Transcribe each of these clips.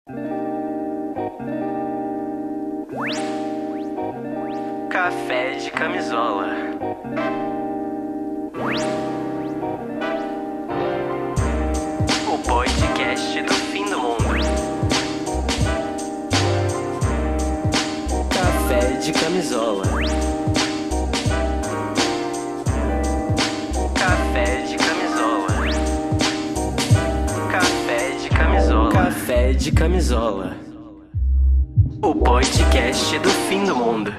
Café de camisola. O podcast do fim do mundo. Café de camisola. Café de camisola. Café de camisola. Café de camisola. O podcast do fim do mundo.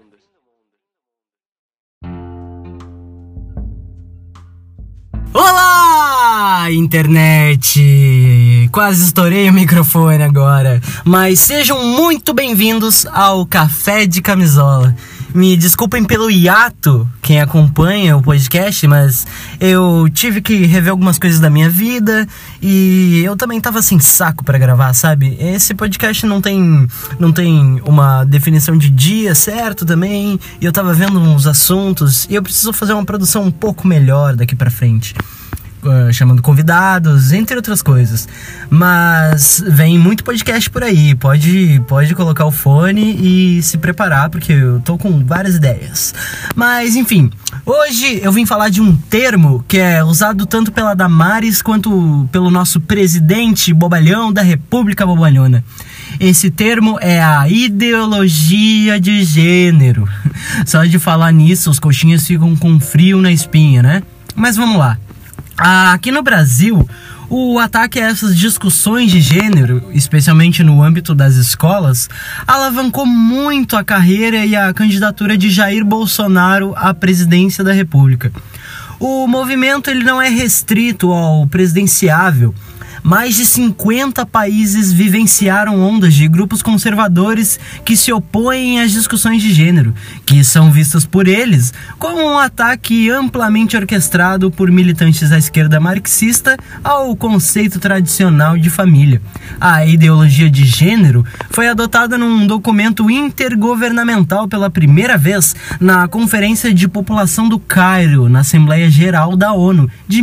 Olá, internet! Quase estourei o microfone agora, mas sejam muito bem-vindos ao Café de Camisola. Me desculpem pelo hiato, quem acompanha o podcast, mas eu tive que rever algumas coisas da minha vida e eu também tava sem saco pra gravar, sabe? Esse podcast não tem uma definição de dia certo também, e eu tava vendo uns assuntos e eu preciso fazer uma produção um pouco melhor daqui pra frente. Chamando convidados, entre outras coisas. Mas vem muito podcast por aí. Pode colocar o fone e se preparar, porque eu tô com várias ideias. Mas enfim, hoje eu vim falar de um termo que é usado tanto pela Damares quanto pelo nosso presidente bobalhão da República Bobalhona. Esse termo é a ideologia de gênero. Só de falar nisso, os coxinhas ficam com frio na espinha, né? Mas vamos lá. Aqui no Brasil, o ataque a essas discussões de gênero, especialmente no âmbito das escolas, alavancou muito a carreira e a candidatura de Jair Bolsonaro à presidência da República. O movimento ele não é restrito ao presidenciável. Mais de 50 países vivenciaram ondas de grupos conservadores que se opõem às discussões de gênero, que são vistas por eles como um ataque amplamente orquestrado por militantes da esquerda marxista ao conceito tradicional de família. A ideologia de gênero foi adotada num documento intergovernamental pela primeira vez na Conferência de População do Cairo, na Assembleia Geral da ONU, de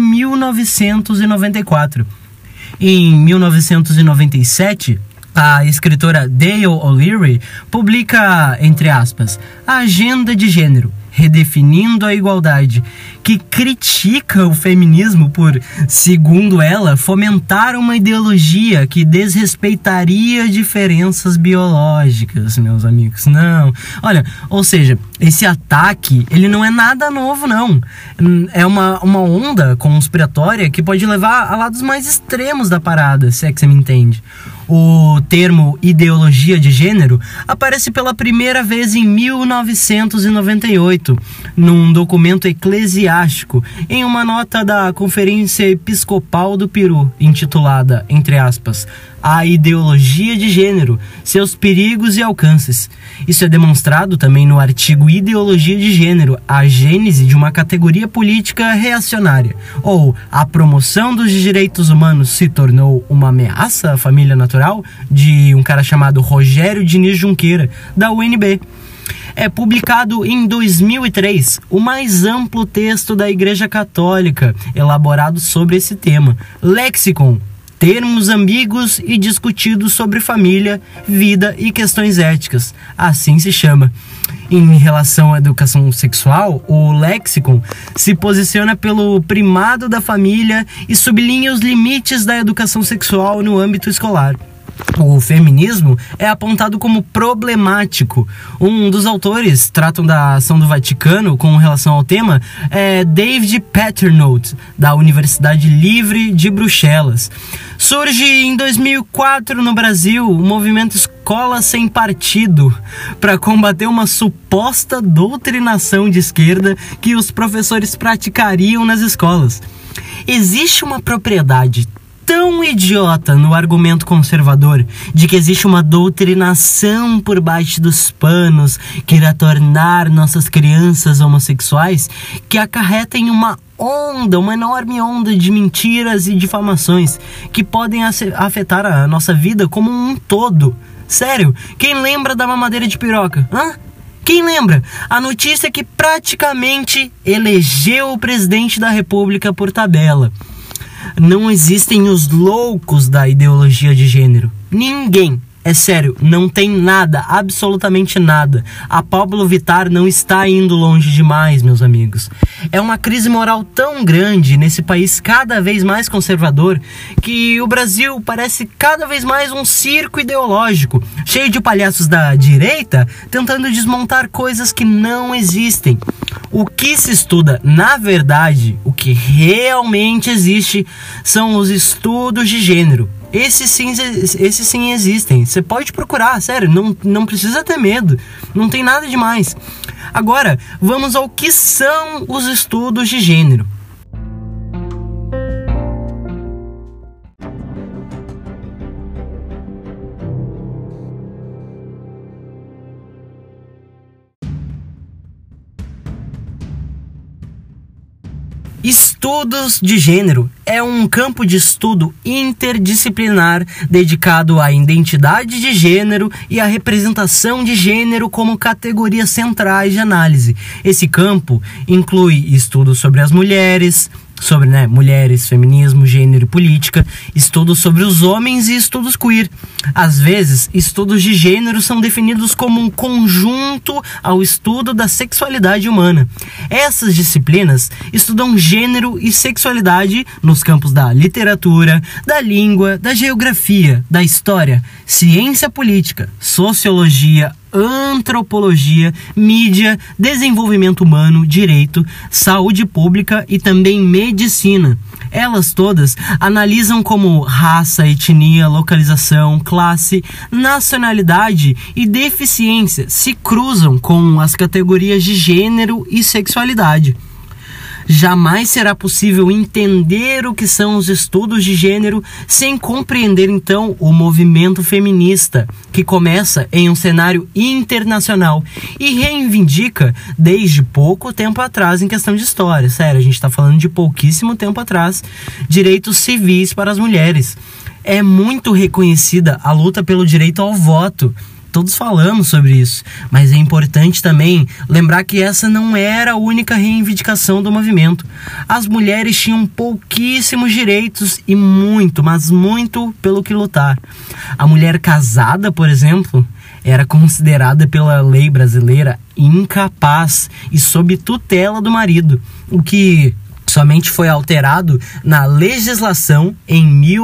1994. Em 1997, a escritora Dale O'Leary publica, entre aspas, a Agenda de Gênero, Redefinindo a Igualdade, que critica o feminismo por, segundo ela, fomentar uma ideologia que desrespeitaria diferenças biológicas, meus amigos. Não. Olha, ou seja, esse ataque, ele não é nada novo, não. É uma onda conspiratória que pode levar a lados mais extremos da parada, se é que você me entende. O termo ideologia de gênero aparece pela primeira vez em 1998, num documento eclesiástico, em uma nota da Conferência Episcopal do Peru, intitulada, entre aspas, A Ideologia de Gênero, Seus Perigos e Alcances. Isso é demonstrado também no artigo Ideologia de Gênero, a gênese de uma categoria política reacionária, ou a promoção dos direitos humanos se tornou uma ameaça à família natural, de um cara chamado Rogério Diniz Junqueira, da UNB. É publicado em 2003 o mais amplo texto da Igreja Católica elaborado sobre esse tema, Lexicon, termos ambíguos e discutidos sobre família, vida e questões éticas, assim se chama. Em relação à educação sexual, o Lexicon se posiciona pelo primado da família e sublinha os limites da educação sexual no âmbito escolar. O feminismo é apontado como problemático. Um dos autores tratam da ação do Vaticano com relação ao tema é David Paternotte, da Universidade Livre de Bruxelas. Surge em 2004 no Brasil o movimento Escola Sem Partido para combater uma suposta doutrinação de esquerda que os professores praticariam nas escolas. Existe uma propriedade tão idiota no argumento conservador de que existe uma doutrinação por baixo dos panos que irá tornar nossas crianças homossexuais, que acarreta em uma enorme onda de mentiras e difamações que podem afetar a nossa vida como um todo. Sério, quem lembra da mamadeira de piroca? Quem lembra? A notícia que praticamente elegeu o presidente da República por tabela. Não existem os loucos da ideologia de gênero. Ninguém. É sério, não tem nada, absolutamente nada. A Pablo Vittar não está indo longe demais, meus amigos. É uma crise moral tão grande nesse país cada vez mais conservador que o Brasil parece cada vez mais um circo ideológico, cheio de palhaços da direita tentando desmontar coisas que não existem. O que se estuda, na verdade, o que realmente existe, são os estudos de gênero. Esses sim existem. Você pode procurar, sério, não precisa ter medo. Não tem nada demais. Agora, vamos ao que são os estudos de gênero. Estudos de gênero é um campo de estudo interdisciplinar dedicado à identidade de gênero e à representação de gênero como categorias centrais de análise. Esse campo inclui estudos sobre as mulheres, mulheres, feminismo, gênero e política, estudos sobre os homens e estudos queer. Às vezes, estudos de gênero são definidos como um conjunto ao estudo da sexualidade humana. Essas disciplinas estudam gênero e sexualidade nos campos da literatura, da língua, da geografia, da história, ciência política, sociologia, antropologia, mídia, desenvolvimento humano, direito, saúde pública e também medicina. Elas todas analisam como raça, etnia, localização, classe, nacionalidade e deficiência se cruzam com as categorias de gênero e sexualidade. Jamais será possível entender o que são os estudos de gênero sem compreender, então, o movimento feminista, que começa em um cenário internacional e reivindica desde pouco tempo atrás em questão de história. Sério, a gente está falando de pouquíssimo tempo atrás, direitos civis para as mulheres. É muito reconhecida a luta pelo direito ao voto. Todos falamos sobre isso, mas é importante também lembrar que essa não era a única reivindicação do movimento. As mulheres tinham pouquíssimos direitos e muito, mas muito pelo que lutar. A mulher casada, por exemplo, era considerada pela lei brasileira incapaz e sob tutela do marido, o que somente foi alterado na legislação em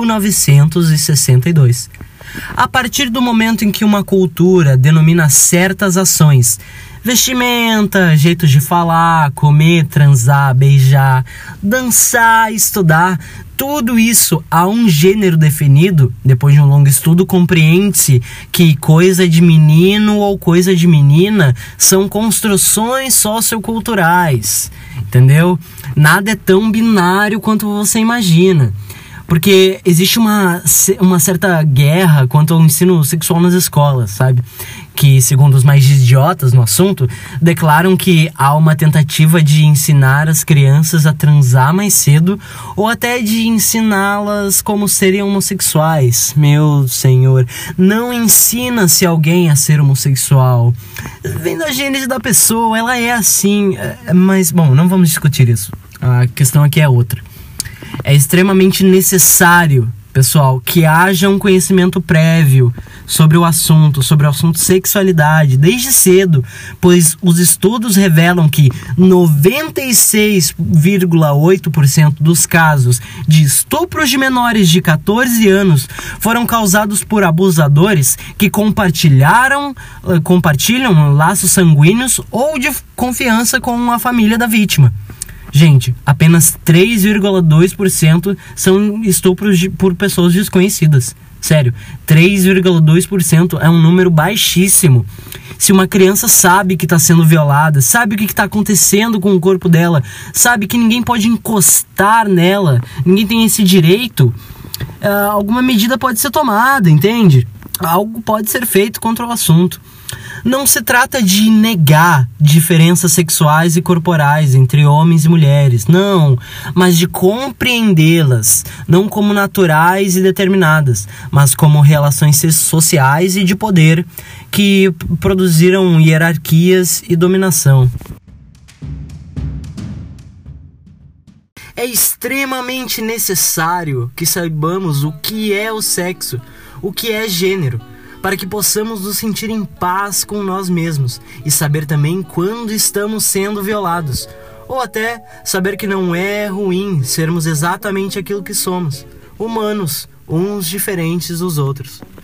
1962. A partir do momento em que uma cultura denomina certas ações, vestimenta, jeitos de falar, comer, transar, beijar, dançar, estudar, tudo isso a um gênero definido, depois de um longo estudo, compreende-se que coisa de menino ou coisa de menina são construções socioculturais, entendeu? Nada é tão binário quanto você imagina. Porque existe uma certa guerra quanto ao ensino sexual nas escolas, sabe? Que, segundo os mais idiotas no assunto, declaram que há uma tentativa de ensinar as crianças a transar mais cedo ou até de ensiná-las como serem homossexuais. Meu senhor, não ensina-se alguém a ser homossexual. Vem da gênese da pessoa, ela é assim. Mas, bom, não vamos discutir isso. A questão aqui é outra. É extremamente necessário, pessoal, que haja um conhecimento prévio sobre o assunto sexualidade, desde cedo, pois os estudos revelam que 96,8% dos casos de estupros de menores de 14 anos foram causados por abusadores que compartilham laços sanguíneos ou de confiança com a família da vítima. Gente, apenas 3,2% são estupros por pessoas desconhecidas. Sério, 3,2% é um número baixíssimo. Se uma criança sabe que está sendo violada, sabe o que está acontecendo com o corpo dela, sabe que ninguém pode encostar nela, ninguém tem esse direito, alguma medida pode ser tomada, entende? Algo pode ser feito contra o assunto. Não se trata de negar diferenças sexuais e corporais entre homens e mulheres, não, mas de compreendê-las, não como naturais e determinadas, mas como relações sociais e de poder que produziram hierarquias e dominação. É extremamente necessário que saibamos o que é o sexo, o que é gênero, para que possamos nos sentir em paz com nós mesmos e saber também quando estamos sendo violados, ou até saber que não é ruim sermos exatamente aquilo que somos, humanos, uns diferentes dos outros.